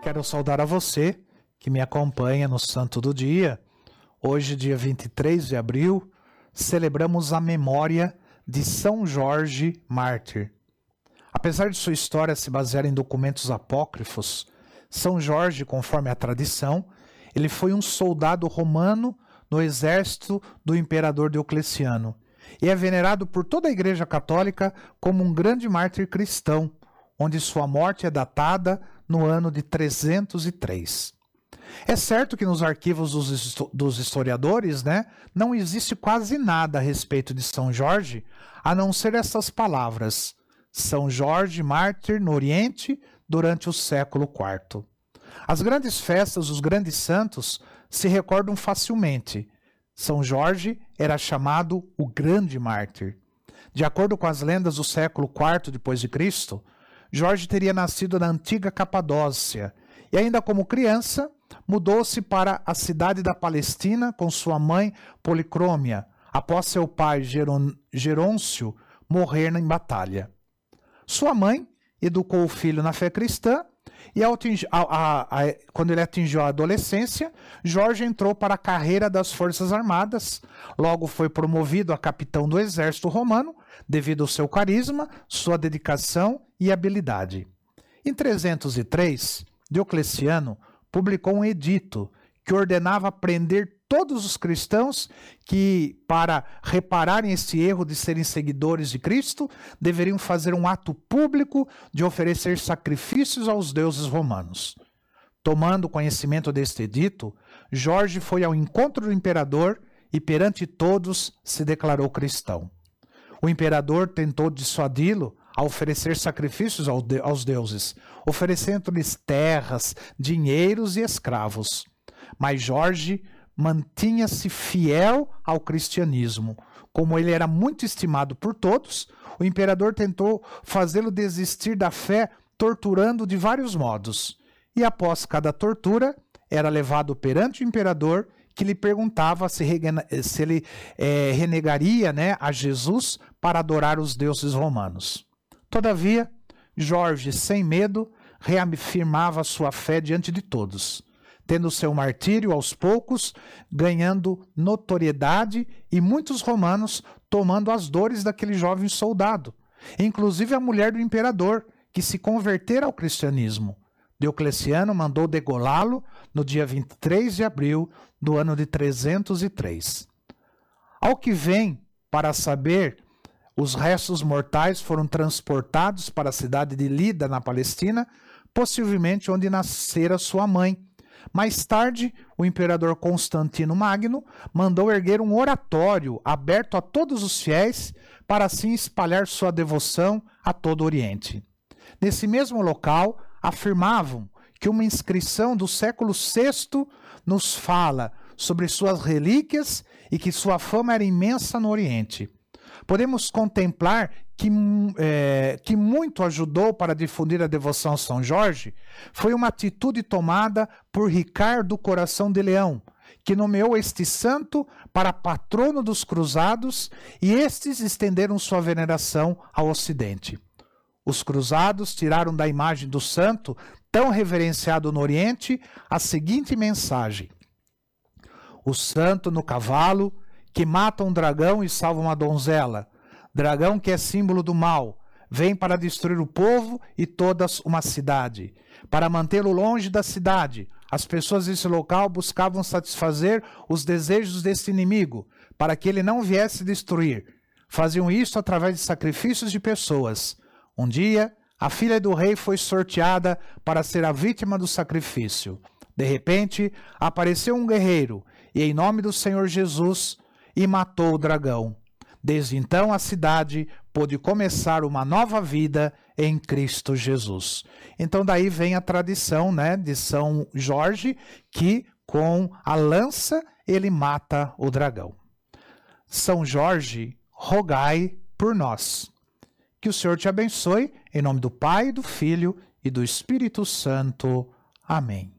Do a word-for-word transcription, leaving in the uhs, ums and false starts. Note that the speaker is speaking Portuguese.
Quero saudar a você que me acompanha no Santo do Dia. Hoje, dia vinte e três de abril, celebramos a memória de São Jorge Mártir. Apesar de sua história se basear em documentos apócrifos, São Jorge, conforme a tradição, ele foi um soldado romano no exército do imperador Diocleciano e é venerado por toda a Igreja Católica como um grande mártir cristão, onde sua morte é datada no ano de trezentos e três. É certo que nos arquivos dos, dos historiadores, né, não existe quase nada a respeito de São Jorge, a não ser essas palavras: São Jorge Mártir no Oriente durante o século quarto. As grandes festas dos grandes santos se recordam facilmente. São Jorge era chamado o Grande Mártir. De acordo com as lendas do século quarto depois de Cristo, Jorge teria nascido na antiga Capadócia e ainda como criança mudou-se para a cidade da Palestina com sua mãe Policrômia, após seu pai Geron Gerôncio morrer em batalha. Sua mãe educou o filho na fé cristã e ao a, a, a, quando ele atingiu a adolescência, Jorge entrou para a carreira das Forças Armadas, logo foi promovido a capitão do exército romano devido ao seu carisma, sua dedicação e habilidade. Em trezentos e três, Diocleciano publicou um edito que ordenava prender todos os cristãos que, para repararem esse erro de serem seguidores de Cristo, deveriam fazer um ato público de oferecer sacrifícios aos deuses romanos. Tomando conhecimento deste edito, Jorge foi ao encontro do imperador e perante todos se declarou cristão. O imperador tentou dissuadi-lo a oferecer sacrifícios aos deuses, oferecendo-lhes terras, dinheiros e escravos. Mas Jorge mantinha-se fiel ao cristianismo. Como ele era muito estimado por todos, o imperador tentou fazê-lo desistir da fé, torturando de vários modos. E após cada tortura, era levado perante o imperador, que lhe perguntava se, se ele é, renegaria, né, a Jesus para adorar os deuses romanos. Todavia, Jorge, sem medo, reafirmava sua fé diante de todos, tendo seu martírio aos poucos, ganhando notoriedade e muitos romanos tomando as dores daquele jovem soldado, inclusive a mulher do imperador, que se convertera ao cristianismo. Diocleciano mandou degolá-lo no dia vinte e três de abril do ano de trezentos e três. Ao que vem para saber, os restos mortais foram transportados para a cidade de Lida, na Palestina, possivelmente onde nascera sua mãe. Mais tarde, o imperador Constantino Magno mandou erguer um oratório aberto a todos os fiéis para assim espalhar sua devoção a todo o Oriente. Nesse mesmo local, afirmavam que uma inscrição do século sexto nos fala sobre suas relíquias e que sua fama era imensa no Oriente. Podemos contemplar que, é, que muito ajudou para difundir a devoção a São Jorge foi uma atitude tomada por Ricardo Coração de Leão, que nomeou este santo para patrono dos cruzados e estes estenderam sua veneração ao Ocidente. Os cruzados tiraram da imagem do santo, tão reverenciado no Oriente, a seguinte mensagem: o santo no cavalo, que mata um dragão e salva uma donzela, dragão que é símbolo do mal, vem para destruir o povo e toda uma cidade. Para mantê-lo longe da cidade, as pessoas desse local buscavam satisfazer os desejos desse inimigo, para que ele não viesse destruir. Faziam isso através de sacrifícios de pessoas. Um dia, a filha do rei foi sorteada para ser a vítima do sacrifício. De repente, apareceu um guerreiro, e em nome do Senhor Jesus, e matou o dragão. Desde então, a cidade pôde começar uma nova vida em Cristo Jesus. Então, daí vem a tradição, né, de São Jorge, que com a lança ele mata o dragão. São Jorge, rogai por nós. Que o Senhor te abençoe, em nome do Pai, do Filho e do Espírito Santo. Amém.